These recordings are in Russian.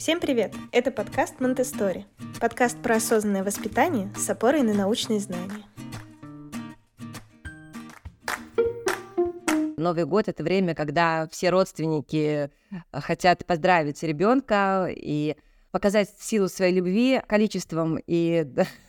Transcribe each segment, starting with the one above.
Всем привет! Это подкаст «Монтессори». Подкаст про осознанное воспитание с опорой на научные знания. Новый год — это время, когда все родственники хотят поздравить ребенка и показать силу своей любви количеством и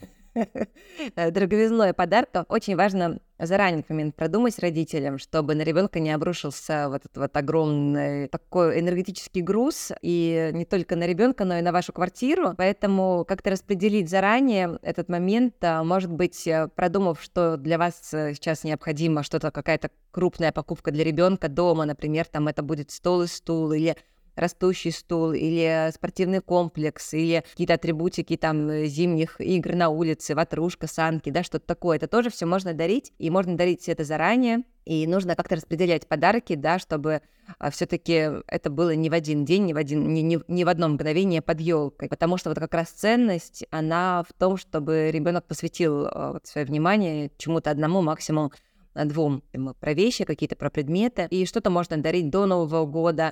дороговизной подарков. Очень важно заранее в момент продумать родителям, чтобы на ребенка не обрушился вот этот вот огромный такой энергетический груз, и не только на ребенка, но и на вашу квартиру. Поэтому как-то распределить заранее этот момент, может быть, продумав, что для вас сейчас необходимо что-то, какая-то крупная покупка для ребенка дома, например, там это будет стол и стул, или растущий стул, или спортивный комплекс, или какие-то атрибутики там зимних игр на улице, ватрушка, санки, да, что-то такое. Это тоже все можно дарить, и можно дарить это заранее, и нужно как-то распределять подарки, да, чтобы все-таки это было не в один день, не в одно мгновение под елкой, потому что вот как раз ценность, она в том, чтобы ребенок посвятил свое внимание чему-то одному, максимум двум, про вещи какие-то, про предметы, и что-то можно дарить до Нового года,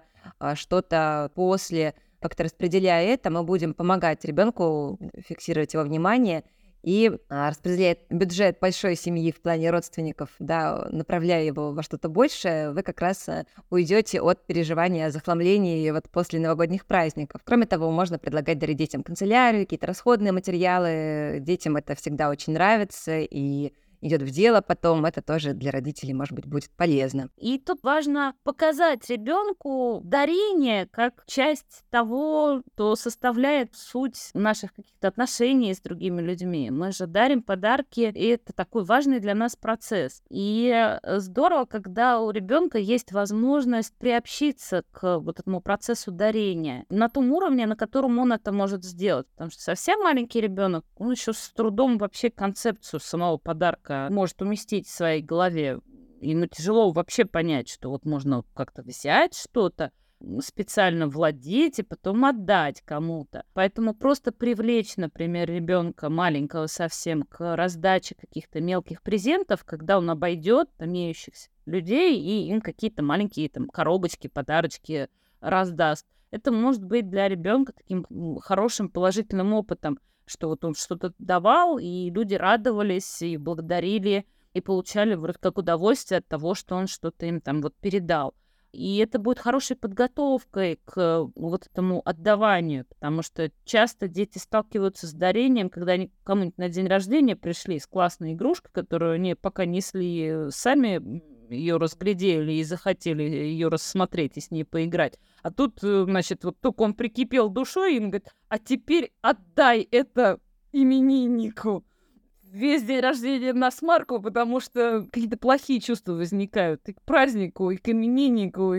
что-то после. Как-то распределяя это, мы будем помогать ребенку фиксировать его внимание и распределяя бюджет большой семьи в плане родственников, да, направляя его во что-то большее, вы как раз уйдете от переживания о захламлении вот после новогодних праздников. Кроме того, можно предлагать дарить детям канцелярию, какие-то расходные материалы. Детям это всегда очень нравится, и идет в дело потом, это тоже для родителей, может быть, будет полезно. И тут важно показать ребенку дарение как часть того, что составляет суть наших каких-то отношений с другими людьми. Мы же дарим подарки, и это такой важный для нас процесс. И здорово, когда у ребенка есть возможность приобщиться к вот этому процессу дарения на том уровне, на котором он это может сделать. Потому что совсем маленький ребенок, он еще с трудом вообще концепцию самого подарка может уместить в своей голове. Ему тяжело вообще понять, что вот можно как-то взять что-то, специально владеть и потом отдать кому-то. Поэтому просто привлечь, например, ребенка маленького совсем к раздаче каких-то мелких презентов, когда он обойдет имеющихся людей и им какие-то маленькие там коробочки, подарочки раздаст. Это может быть для ребенка таким хорошим положительным опытом, что вот он что-то давал, и люди радовались, и благодарили, и получали вроде как удовольствие от того, что он что-то им там вот передал. И это будет хорошей подготовкой к вот этому отдаванию, потому что часто дети сталкиваются с дарением, когда они кому-нибудь на день рождения пришли с классной игрушкой, которую они пока несли сами, ее разглядели и захотели ее рассмотреть и с ней поиграть. А тут, значит, вот только он прикипел душой, и он говорит, а теперь отдай это имениннику. Весь день рождения на смарку, потому что какие-то плохие чувства возникают и к празднику, и к имениннику,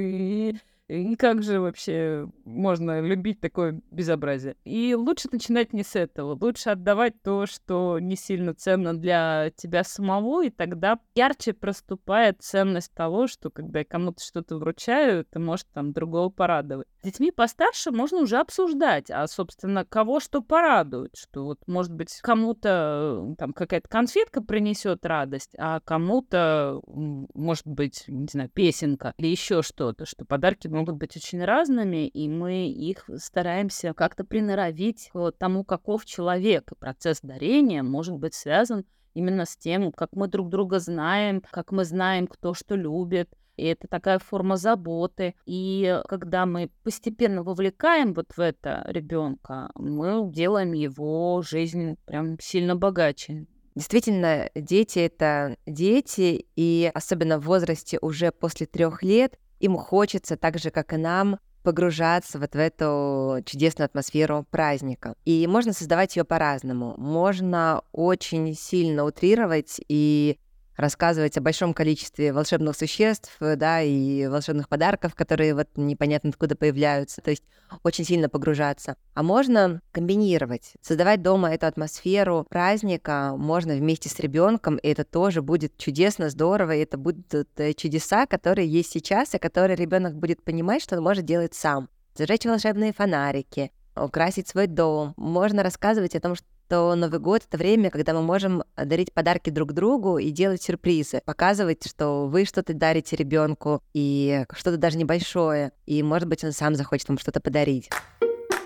и как же вообще можно любить такое безобразие? И лучше начинать не с этого. Лучше отдавать то, что не сильно ценно для тебя самого, и тогда ярче проступает ценность того, что когда я кому-то что-то вручаю, ты можешь там другого порадовать. С детьми постарше можно уже обсуждать, а, собственно, кого что порадует. Что вот, может быть, кому-то там какая-то конфетка принесет радость, а кому-то, может быть, не знаю, песенка или еще что-то, что подарки могут быть очень разными, и мы их стараемся как-то приноровить к тому, каков человек. И процесс дарения может быть связан именно с тем, как мы друг друга знаем, как мы знаем, кто что любит. И это такая форма заботы. И когда мы постепенно вовлекаем вот в это ребенка, мы делаем его жизнь прям сильно богаче. Действительно, дети — это дети, и особенно в возрасте уже после 3 лет им хочется, так же, как и нам, погружаться вот в эту чудесную атмосферу праздника. И можно создавать ее по-разному. Можно очень сильно утрировать и рассказывать о большом количестве волшебных существ, да, и волшебных подарков, которые вот непонятно откуда появляются, то есть очень сильно погружаться. А можно комбинировать, создавать дома эту атмосферу праздника, можно вместе с ребенком, и это тоже будет чудесно, здорово, и это будут чудеса, которые есть сейчас, и которые ребенок будет понимать, что он может делать сам. Зажечь волшебные фонарики, украсить свой дом. Можно рассказывать о том, что Новый год — это время, когда мы можем дарить подарки друг другу и делать сюрпризы, показывать, что вы что-то дарите ребенку и что-то даже небольшое, и, может быть, он сам захочет вам что-то подарить.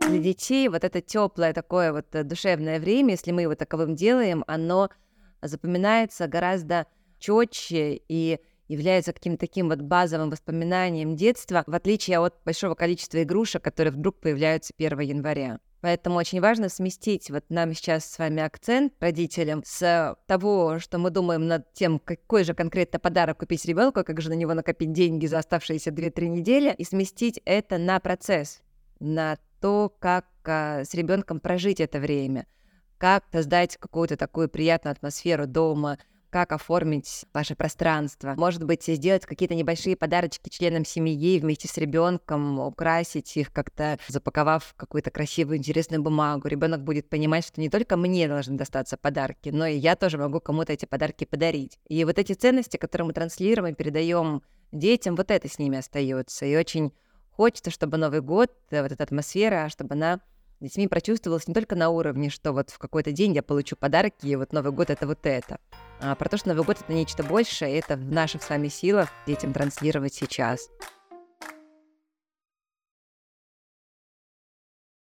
Для детей вот это теплое такое вот душевное время, если мы его таковым делаем, оно запоминается гораздо четче и является каким-то таким вот базовым воспоминанием детства, в отличие от большого количества игрушек, которые вдруг появляются 1 января. Поэтому очень важно сместить вот нам сейчас с вами акцент родителям с того, что мы думаем над тем, какой же конкретно подарок купить ребенку, как же на него накопить деньги за оставшиеся 2-3 недели, и сместить это на процесс, на то, как с ребенком прожить это время, как создать какую-то такую приятную атмосферу дома, как оформить ваше пространство. Может быть, сделать какие-то небольшие подарочки членам семьи вместе с ребенком, украсить их как-то, запаковав в какую-то красивую, интересную бумагу. Ребенок будет понимать, что не только мне должны достаться подарки, но и я тоже могу кому-то эти подарки подарить. И вот эти ценности, которые мы транслируем и передаем детям, вот это с ними остается. И очень хочется, чтобы Новый год, вот эта атмосфера, чтобы она с детьми прочувствовалась не только на уровне, что вот в какой-то день я получу подарки, и вот Новый год — это вот это, а про то, что Новый год — это нечто большее, и это в наших с вами силах детям транслировать сейчас.